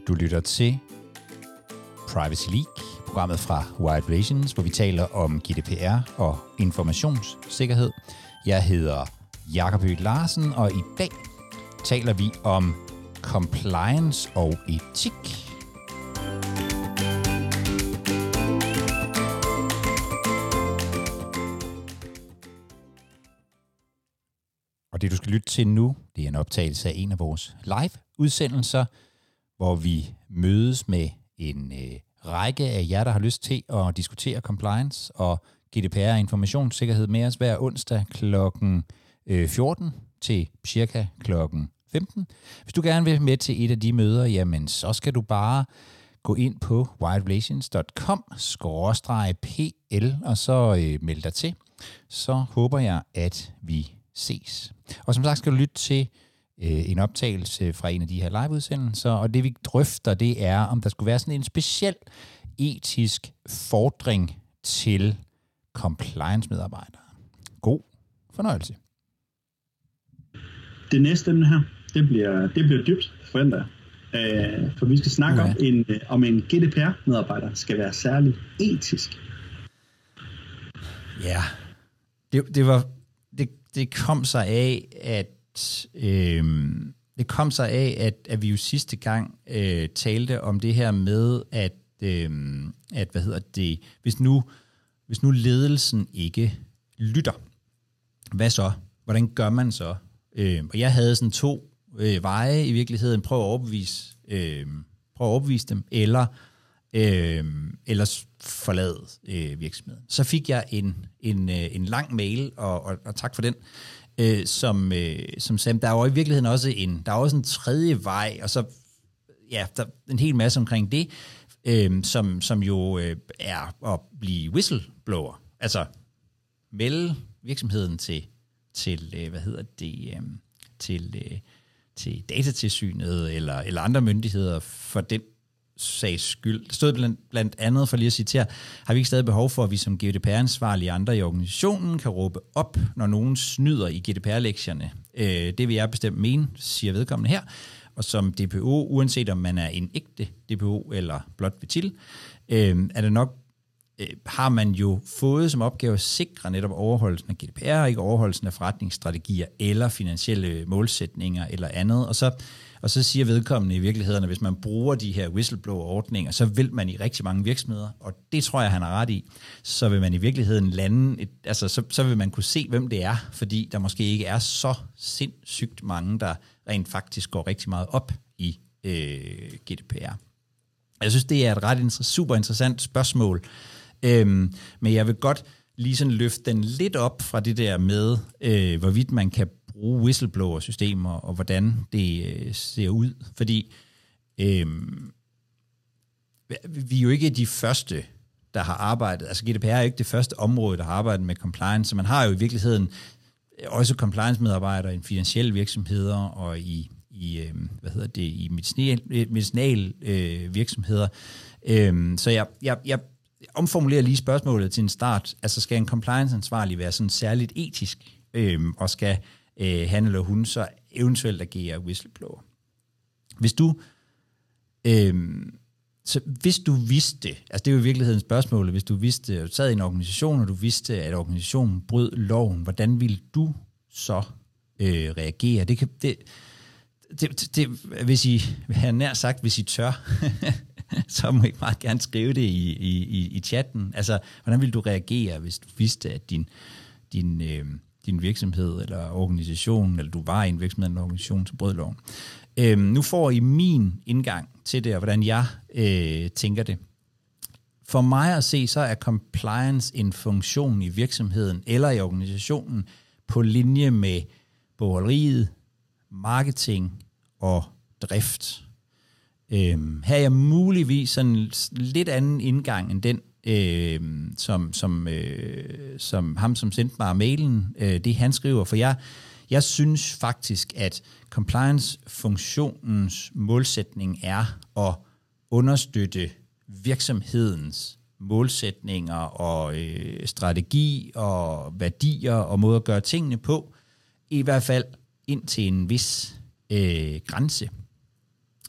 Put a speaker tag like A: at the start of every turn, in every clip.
A: Du lytter til Privacy League, programmet fra Wired Relations, hvor vi taler om GDPR og informationssikkerhed. Jeg hedder Jakob Høgh Larsen, og i dag taler vi om compliance og etik. Og det, du skal lytte til nu, det er en optagelse af en af vores live-udsendelser, hvor vi mødes med en række af jer, der har lyst til at diskutere compliance og GDPR og informationssikkerhed med os hver onsdag kl. 14 til cirka kl. 15. Hvis du gerne vil med til et af de møder, jamen så skal du bare gå ind på wiredrelations.com/pl og så melde dig til. Så håber jeg, at vi ses. Og som sagt skal du lytte til en optagelse fra en af de her liveudsendelser, og det vi drøfter, det er, om der skulle være sådan en speciel etisk fordring til compliance-medarbejdere. God fornøjelse.
B: Det næste emne her, det bliver dybt, forventer jeg. For vi skal snakke om en GDPR-medarbejder skal være særligt etisk.
A: Ja, det kom sig af, at vi jo sidste gang talte om det her med, at hvis nu ledelsen ikke lytter, hvad så? Hvordan gør man så? Og jeg havde sådan to veje i virkeligheden. Prøv at overbevise dem, eller forlade virksomheden. Så fik jeg en lang mail, og tak for den, som sagde, der er jo i virkeligheden også en tredje vej, og så der er en hel masse omkring det, som jo er at blive whistleblower, altså melde virksomheden til Datatilsynet eller andre myndigheder for den sags skyld. Der stod blandt andet, for lige at citere, har vi ikke stadig behov for, at vi som GDPR-ansvarlige andre i organisationen kan råbe op, når nogen snyder i GDPR-lektierne. Det vil jeg bestemt mene, siger vedkommende her. Og som DPO, uanset om man er en ægte DPO eller blot Vitil, er det nok, har man jo fået som opgave at sikre netop overholdelsen af GDPR, ikke overholdelsen af forretningsstrategier eller finansielle målsætninger eller andet. Og så siger vedkommende i virkeligheden, at hvis man bruger de her whistleblower-ordninger, så vil man i rigtig mange virksomheder, og det tror jeg, han har ret i, så vil man i virkeligheden lande, så vil man kunne se, hvem det er, fordi der måske ikke er så sindssygt mange, der rent faktisk går rigtig meget op i GDPR. Jeg synes, det er et super interessant spørgsmål, men jeg vil godt lige sådan løfte den lidt op fra det der med, hvorvidt man kan bruge whistleblower-systemer, og hvordan det ser ud. Fordi vi er jo ikke de første, der har arbejdet. Altså GDPR er ikke det første område, der har arbejdet med compliance. Så man har jo i virkeligheden også compliance-medarbejdere i finansielle virksomheder og i medicinal virksomheder. Så jeg omformulerer lige spørgsmålet til en start. Altså skal en compliance-ansvarlig være sådan særligt etisk, og skal han eller hun så eventuelt agere whistleblower? Hvis du vidste, altså det er jo i virkeligheden spørgsmålet, hvis du vidste, at du sad i en organisation, og du vidste, at organisationen brød loven, hvordan ville du så reagere? Hvis I har nær sagt, hvis I tør, så må I meget gerne skrive det i chatten. Altså, hvordan ville du reagere, hvis du vidste, at din virksomhed eller organisation, eller du var i en virksomhed eller organisation, som brød loven? Nu får I min indgang til det, og hvordan jeg tænker det. For mig at se, så er compliance en funktion i virksomheden eller i organisationen på linje med bogholderiet, marketing og drift. Her er jeg muligvis sådan lidt anden indgang end den, som ham, som sendte mig mailen, det han skriver. For jeg synes faktisk, at compliance-funktionens målsætning er at understøtte virksomhedens målsætninger og strategi og værdier og måder at gøre tingene på, i hvert fald ind til en vis grænse.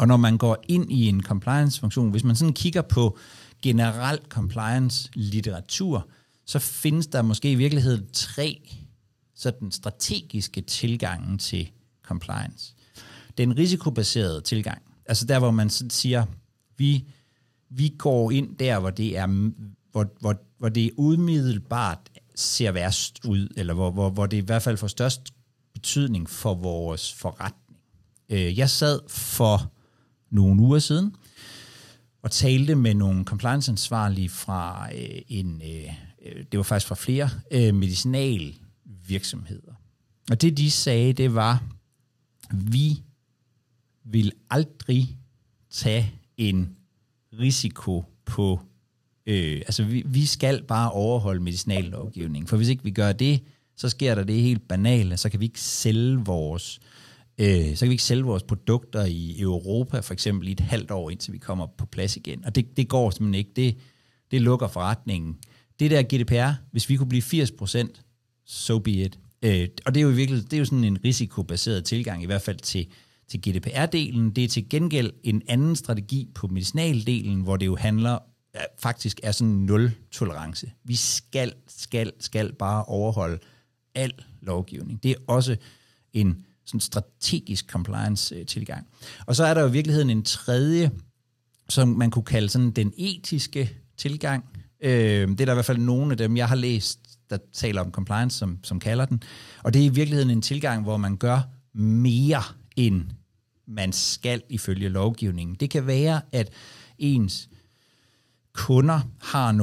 A: Og når man går ind i en compliance-funktion, hvis man sådan kigger på generel compliance-litteratur, så findes der måske i virkeligheden 3 sådan strategiske tilgange til compliance. Den risikobaserede tilgang, altså der, hvor man sådan siger, vi går ind der, hvor det er, hvor det umiddelbart ser værst ud, eller hvor det i hvert fald får størst betydning for vores forretning. Jeg sad for nogle uger siden og talte med nogle compliance-ansvarlige fra det var faktisk fra flere medicinalvirksomheder. Og det, de sagde, det var, vi vil aldrig tage en risiko på, vi skal bare overholde medicinallovgivningen, for hvis ikke vi gør det, så sker der det helt banale, så kan vi ikke sælge vores produkter i Europa, for eksempel i et halvt år, indtil vi kommer på plads igen. Og det går simpelthen ikke. Det lukker forretningen. Det der GDPR, hvis vi kunne blive 80%, so be it. Og det er jo virkelig, det er jo sådan en risikobaseret tilgang, i hvert fald til GDPR-delen. Det er til gengæld en anden strategi på medicinaldelen, hvor det jo handler, faktisk er sådan 0 tolerance. Vi skal bare overholde al lovgivning. Det er også en sådan strategisk compliance-tilgang. Og så er der jo i virkeligheden en tredje, som man kunne kalde sådan den etiske tilgang. Det er der i hvert fald nogle af dem, jeg har læst, der taler om compliance, som kalder den. Og det er i virkeligheden en tilgang, hvor man gør mere, end man skal ifølge lovgivningen. Det kan være, at ens kunder har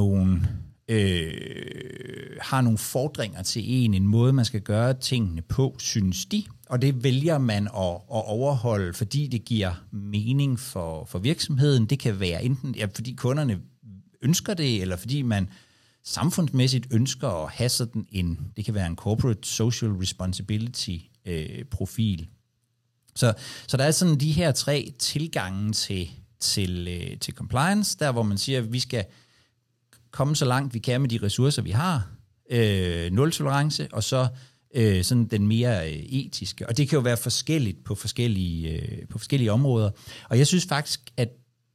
A: nogle fordringer til en måde, man skal gøre tingene på, synes de. Og det vælger man at overholde, fordi det giver mening for virksomheden. Det kan være enten fordi kunderne ønsker det, eller fordi man samfundsmæssigt ønsker at have sådan det kan være en corporate social responsibility profil. Så der er sådan de her 3 tilgange til compliance, der hvor man siger, at vi skal komme så langt vi kan med de ressourcer, vi har, 0 tolerance, og så sådan den mere etiske. Og det kan jo være forskelligt på forskellige områder. Og jeg synes faktisk, at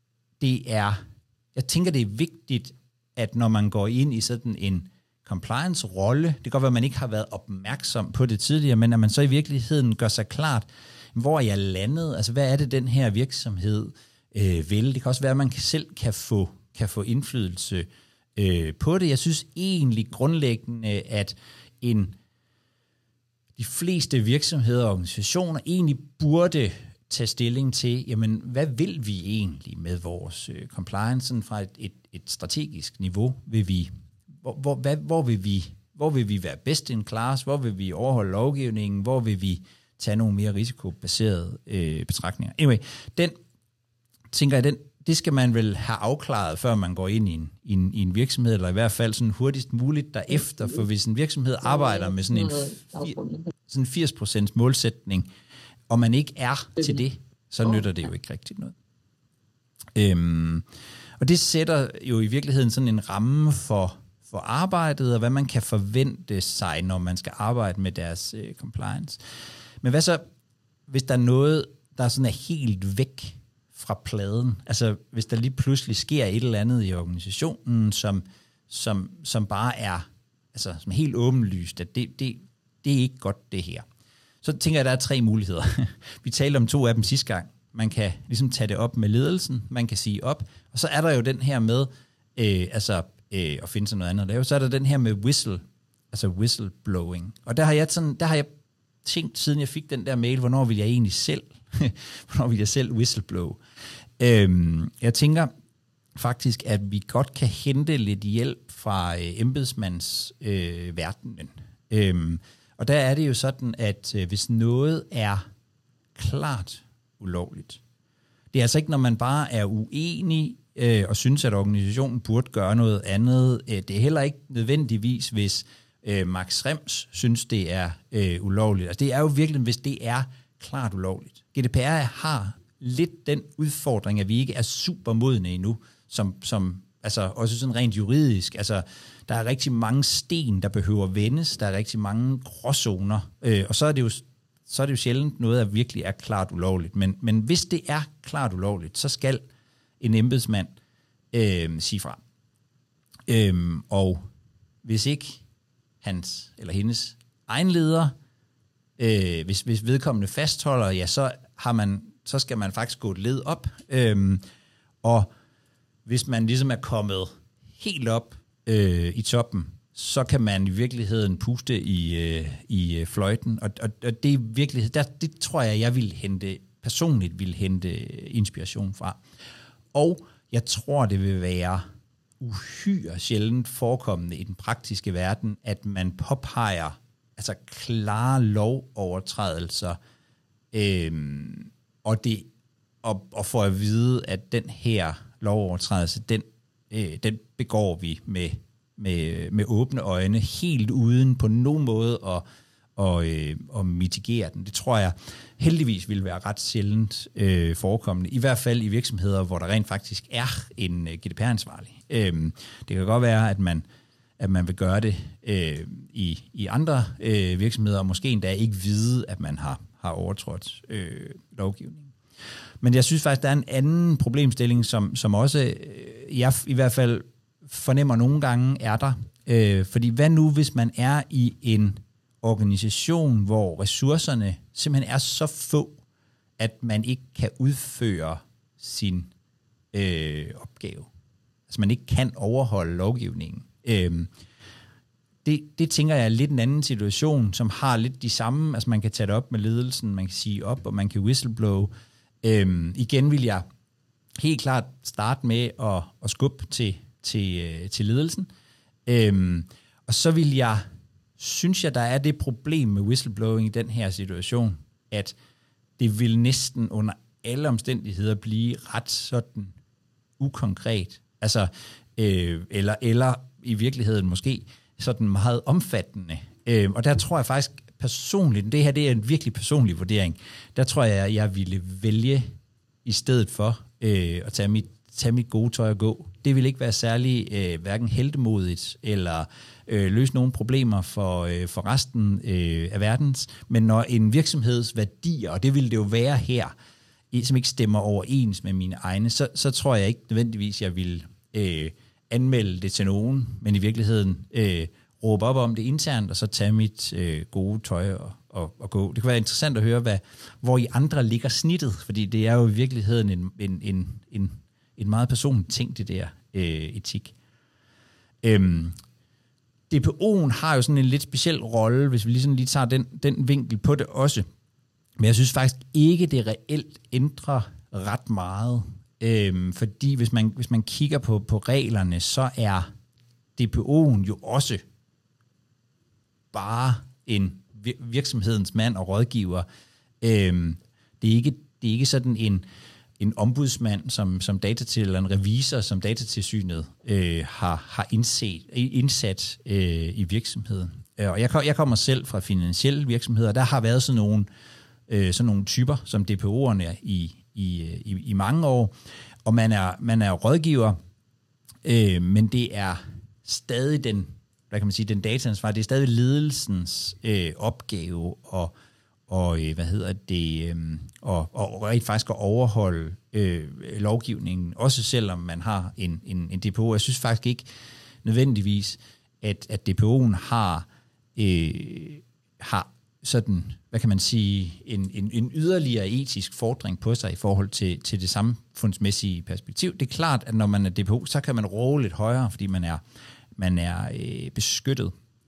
A: jeg tænker, det er vigtigt, at når man går ind i sådan en compliance-rolle, det kan godt være, at man ikke har været opmærksom på det tidligere, men at man så i virkeligheden gør sig klart, hvor er jeg landet? Altså, hvad er det, den her virksomhed vil? Det kan også være, at man selv kan få indflydelse på det. Jeg synes egentlig grundlæggende, at de fleste virksomheder og organisationer egentlig burde tage stilling til, jamen, hvad vil vi egentlig med vores compliance fra et strategisk niveau? Hvor vil vi være best in class? Hvor vil vi overholde lovgivningen? Hvor vil vi tage nogle mere risikobaserede betragtninger? Anyway, det skal man vel have afklaret, før man går ind i en virksomhed, eller i hvert fald sådan hurtigst muligt derefter, for hvis en virksomhed arbejder med sådan en 80% målsætning, og man ikke er til det, så nytter det jo ikke rigtigt noget. Og det sætter jo i virkeligheden sådan en ramme for arbejdet, og hvad man kan forvente sig, når man skal arbejde med deres compliance. Men hvad så, hvis der er noget, der sådan er helt væk fra pladen? Altså, hvis der lige pludselig sker et eller andet i organisationen, som bare er altså, som helt åbenlyst, at det er ikke godt, det her. Så tænker jeg, at der er 3 muligheder. Vi talte om 2 af dem sidste gang. Man kan ligesom tage det op med ledelsen, man kan sige op, og så er der jo den her med, at finde sig noget andet at lave, så er der den her med whistleblowing. Og der har jeg tænkt, siden jeg fik den der mail, hvornår vil jeg selv whistleblow? Jeg tænker faktisk, at vi godt kan hente lidt hjælp fra embedsmandsverdenen. Og der er det jo sådan, at hvis noget er klart ulovligt, det er altså ikke, når man bare er uenig og synes, at organisationen burde gøre noget andet. Det er heller ikke nødvendigvis, hvis Max Schrems synes, det er ulovligt. Altså, det er jo virkelig, hvis det er klart ulovligt. GDPR har lidt den udfordring, at vi ikke er super modne endnu, som altså også sådan rent juridisk. Altså, der er rigtig mange sten, der behøver vendes. Der er rigtig mange gråzoner. Og så er det jo så er det jo sjældent noget, der virkelig er klart ulovligt. Men hvis det er klart ulovligt, så skal en embedsmand sige fra. Og hvis ikke hans eller hendes egen leder, hvis vedkommende fastholder, ja, så skal man faktisk gå et led op. Og hvis man ligesom er kommet helt op i toppen, så kan man i virkeligheden puste i fløjten. Og det er virkelighed, det tror jeg personligt vil hente inspiration fra. Og jeg tror, det vil være uhyre sjældent forekommende i den praktiske verden, at man påpeger altså klare lovovertrædelser, og får at vide, at den her lovovertrædelse, den begår vi med åbne øjne, helt uden på nogen måde at mitigere den. Det tror jeg heldigvis vil være ret sjældent forekommende, i hvert fald i virksomheder, hvor der rent faktisk er en GDPR-ansvarlig. Det kan godt være, at man vil gøre det i andre virksomheder, og måske endda ikke vide, at man har overtrådt lovgivningen. Men jeg synes faktisk, der er en anden problemstilling, som også jeg i hvert fald fornemmer nogle gange er der. Fordi hvad nu, hvis man er i en organisation, hvor ressourcerne simpelthen er så få, at man ikke kan udføre sin opgave. Altså man ikke kan overholde lovgivningen. Det tænker jeg er lidt en anden situation, som har lidt de samme, altså man kan tage det op med ledelsen, man kan sige op, og man kan whistleblow. Igen vil jeg helt klart starte med at skubbe til ledelsen. Og så vil jeg, synes jeg, der er det problem med whistleblowing i den her situation, at det vil næsten under alle omstændigheder blive ret sådan ukonkret. Altså, eller i virkeligheden måske sådan meget omfattende. Og der tror jeg faktisk personligt, det her det er en virkelig personlig vurdering, der tror jeg ville vælge i stedet for at tage mit gode tøj og gå. Det vil ikke være særlig hverken heltemodigt eller løse nogle problemer for resten af verdens, men når en virksomheds værdier, og det vil det jo være her, som ikke stemmer overens med mine egne, så tror jeg ikke nødvendigvis, jeg vil anmelde det til nogen, men i virkeligheden råbe op om det internt, og så tage mit gode tøj og gå. Det kan være interessant at høre, hvor I andre ligger snittet, fordi det er jo i virkeligheden en meget personlig ting, det der etik. DPO'en har jo sådan en lidt speciel rolle, hvis vi lige tager den vinkel på det også. Men jeg synes faktisk ikke, det reelt ændrer ret meget. Fordi hvis man kigger på reglerne, så er DPO'en jo også bare en virksomhedens mand og rådgiver. Det er ikke sådan en ombudsmand som datatil, eller en revisor, som Datatilsynet har indsat i virksomheden. Og jeg kommer selv fra finansielle virksomheder, der har været sådan nogle typer som DPO'erne i mange år, og man er rådgiver, men det er stadig den dataansvar, det er stadig ledelsens opgave og rent faktisk at overholde lovgivningen, også selvom man har en DPO. Jeg synes faktisk ikke nødvendigvis, at DPO'en har sådan, hvad kan man sige, en yderligere etisk fordring på sig i forhold til det samfundsmæssige perspektiv. Det er klart, at når man er DPO, så kan man råbe lidt højere, fordi man er beskyttet.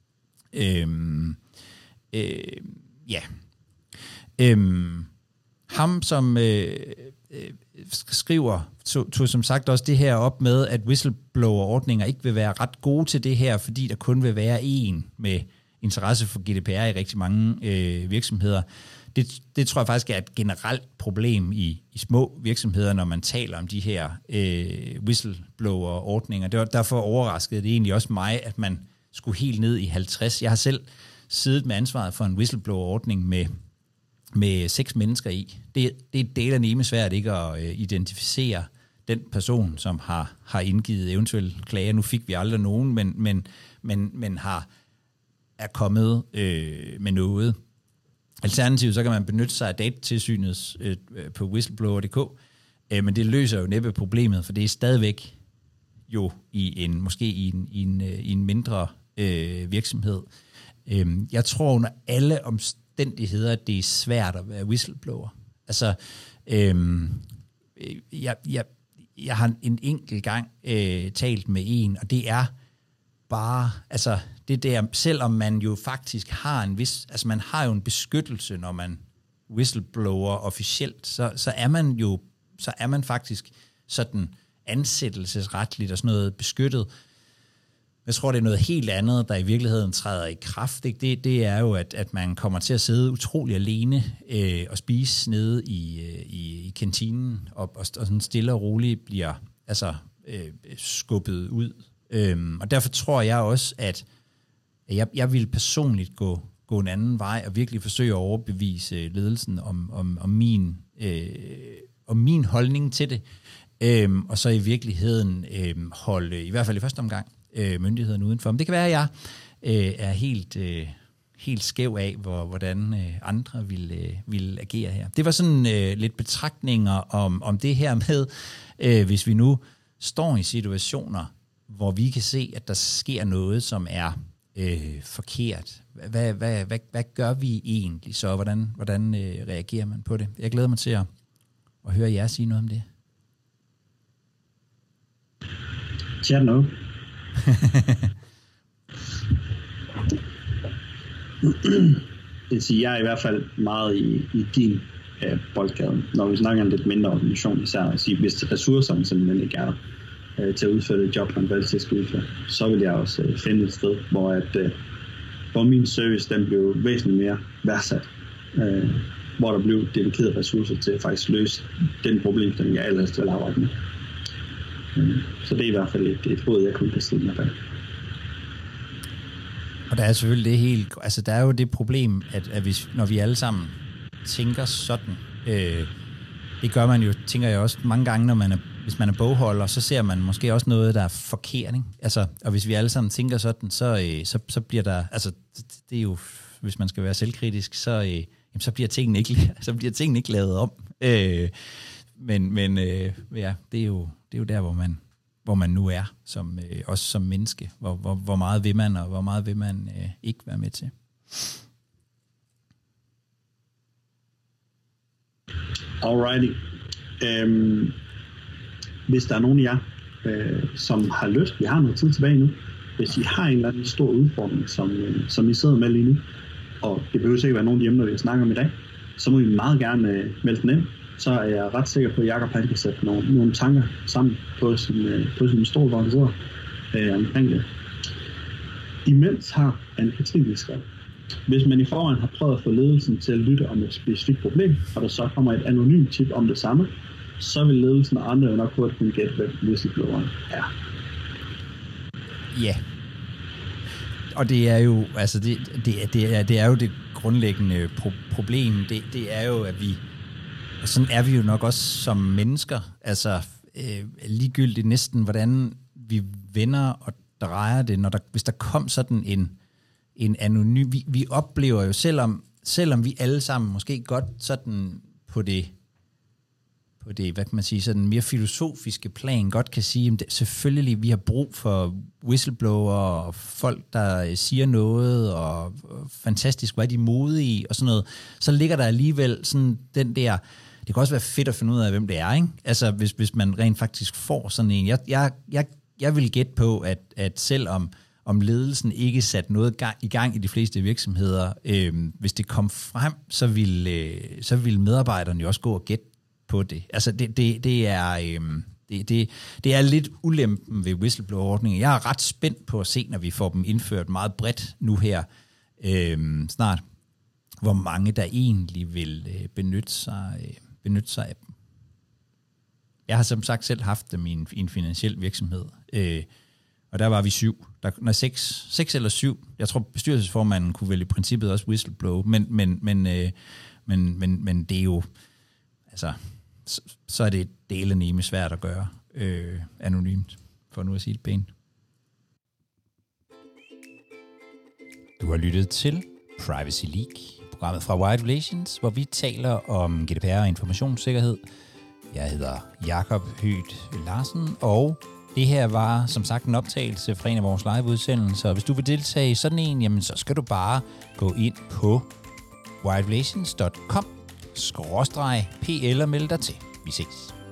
A: Ham, som skriver, tog som sagt også det her op med, at whistleblower-ordninger ikke vil være ret gode til det her, fordi der kun vil være en med interesse for GDPR i rigtig mange virksomheder. Det tror jeg faktisk er et generelt problem i små virksomheder, når man taler om de her whistleblower-ordninger. Derfor overraskede det egentlig også mig, at man skulle helt ned i 50. Jeg har selv siddet med ansvaret for en whistleblower-ordning med 6 mennesker i. Det er del af nemme svært ikke at identificere den person, som har indgivet eventuelle klager. Nu fik vi aldrig nogen, men er kommet med noget. Alternativt så kan man benytte sig af Datatilsynet på whistleblower.dk, men det løser jo næppe problemet, for det er stadigvæk jo måske i en mindre virksomhed. Jeg tror under alle omstændigheder, at det er svært at være whistleblower. Altså, jeg har en enkelt gang talt med en, og det er bare, altså det der, selvom man jo faktisk har en vis, altså man har jo en beskyttelse, når man whistleblower officielt, så er man faktisk sådan ansættelsesretligt og sådan noget beskyttet. Jeg tror, det er noget helt andet, der i virkeligheden træder i kraft. Ikke? Det er jo, at man kommer til at sidde utrolig alene og spise nede i kantinen, og sådan stille og roligt bliver skubbet ud. Og derfor tror jeg også, at jeg vil personligt gå en anden vej og virkelig forsøge at overbevise ledelsen om min holdning til det. Og så i virkeligheden holde, i hvert fald i første omgang, myndighederne udenfor. Men det kan være, at jeg er helt skæv af, hvordan andre vil agere her. Det var sådan lidt betragtninger om det her med, hvis vi nu står i situationer, hvor vi kan se, at der sker noget, som er forkert. Hvad gør vi egentlig så? Hvordan reagerer man på det? Jeg glæder mig til at høre jer sige noget om det.
B: Chat no. Jeg er i hvert fald meget i din boldgade, når vi snakker om lidt mindre organisation især, at sige, hvis ressourcerne simpelthen ikke er til at udføre det job, man valgte til at skulle udføre, så vil jeg også finde et sted, hvor min service den blev væsentligt mere værdsat, hvor der blev dedikerede ressourcer til at faktisk løse den problemstilling, jeg ellers vil arbejde med. Så det er i hvert fald et råd, jeg kunne bestille mig bag.
A: Og der er selvfølgelig det helt, altså der er jo det problem, at hvis, når vi alle sammen tænker sådan, det gør man jo, tænker jeg også mange gange, hvis man er bogholder, så ser man måske også noget, der er forkert, ikke? Altså, og hvis vi alle sammen tænker sådan, så bliver der, altså det er jo, hvis man skal være selvkritisk, så bliver tingene ikke lavet om. Men ja, det er jo der, hvor man nu er, også som menneske. Hvor meget vil man, og hvor meget vil man ikke være med til.
B: Alrighty. Hvis der er nogen af jer, som har lyst, vi har noget tid tilbage nu, hvis I har en eller anden stor udfordring, som I sidder med lige nu, og det behøver ikke være nogen af de emner, vi snakker om i dag, så må I meget gerne melde den ind. Så er jeg ret sikker på, at Jakob kan sætte nogle tanker sammen på sin stol, hvor han sidder omkring det. Imens har Anne-Katrine skrevet, hvis man i forvejen har prøvet at få ledelsen til at lytte om et specifikt problem, og der så kommer et anonymt tip om det samme, så vil ledelsen og andre jo nok hurtigt kunne gætte, hvem whistlebloweren er.
A: Ja. Og det er jo, altså det er jo det grundlæggende problem. Det er jo, at vi, og sådan er vi jo nok også som mennesker, altså ligegyldigt næsten, hvordan vi vender og drejer det, hvis der kom sådan en anonym, vi oplever jo, selvom vi alle sammen måske godt sådan på det, hvad kan man sige, sådan mere filosofiske plan, godt kan sige, at selvfølgelig vi har brug for whistleblower og folk, der siger noget, og fantastisk, hvad de er modige og sådan noget, så ligger der alligevel sådan den der, det kan også være fedt at finde ud af, hvem det er, ikke? Altså, hvis man rent faktisk får sådan en. Jeg vil gætte på, at selvom om ledelsen ikke satte noget i gang i de fleste virksomheder, hvis det kom frem, så ville medarbejderne jo også gå og gætte på det. Altså, det er lidt ulempen ved whistleblower-ordningen. Jeg er ret spændt på at se, når vi får dem indført meget bredt nu her snart, hvor mange der egentlig vil benytte sig af dem. Jeg har som sagt selv haft dem i en finansiel virksomhed, og der var vi 7. 6 eller 7. Jeg tror, bestyrelsesformanden kunne vel i princippet også whistleblow, men det er jo, altså, så er det delene svært at gøre anonymt, for nu at sige det pænt. Du har lyttet til Privacy League, programmet fra Wired Relations, hvor vi taler om GDPR og informationssikkerhed. Jeg hedder Jakob Høgh Larsen, og det her var som sagt en optagelse fra en af vores live-udsendelser. Hvis du vil deltage i sådan en, jamen, så skal du bare gå ind på wiredrelations.com/pl og melde dig til. Vi ses.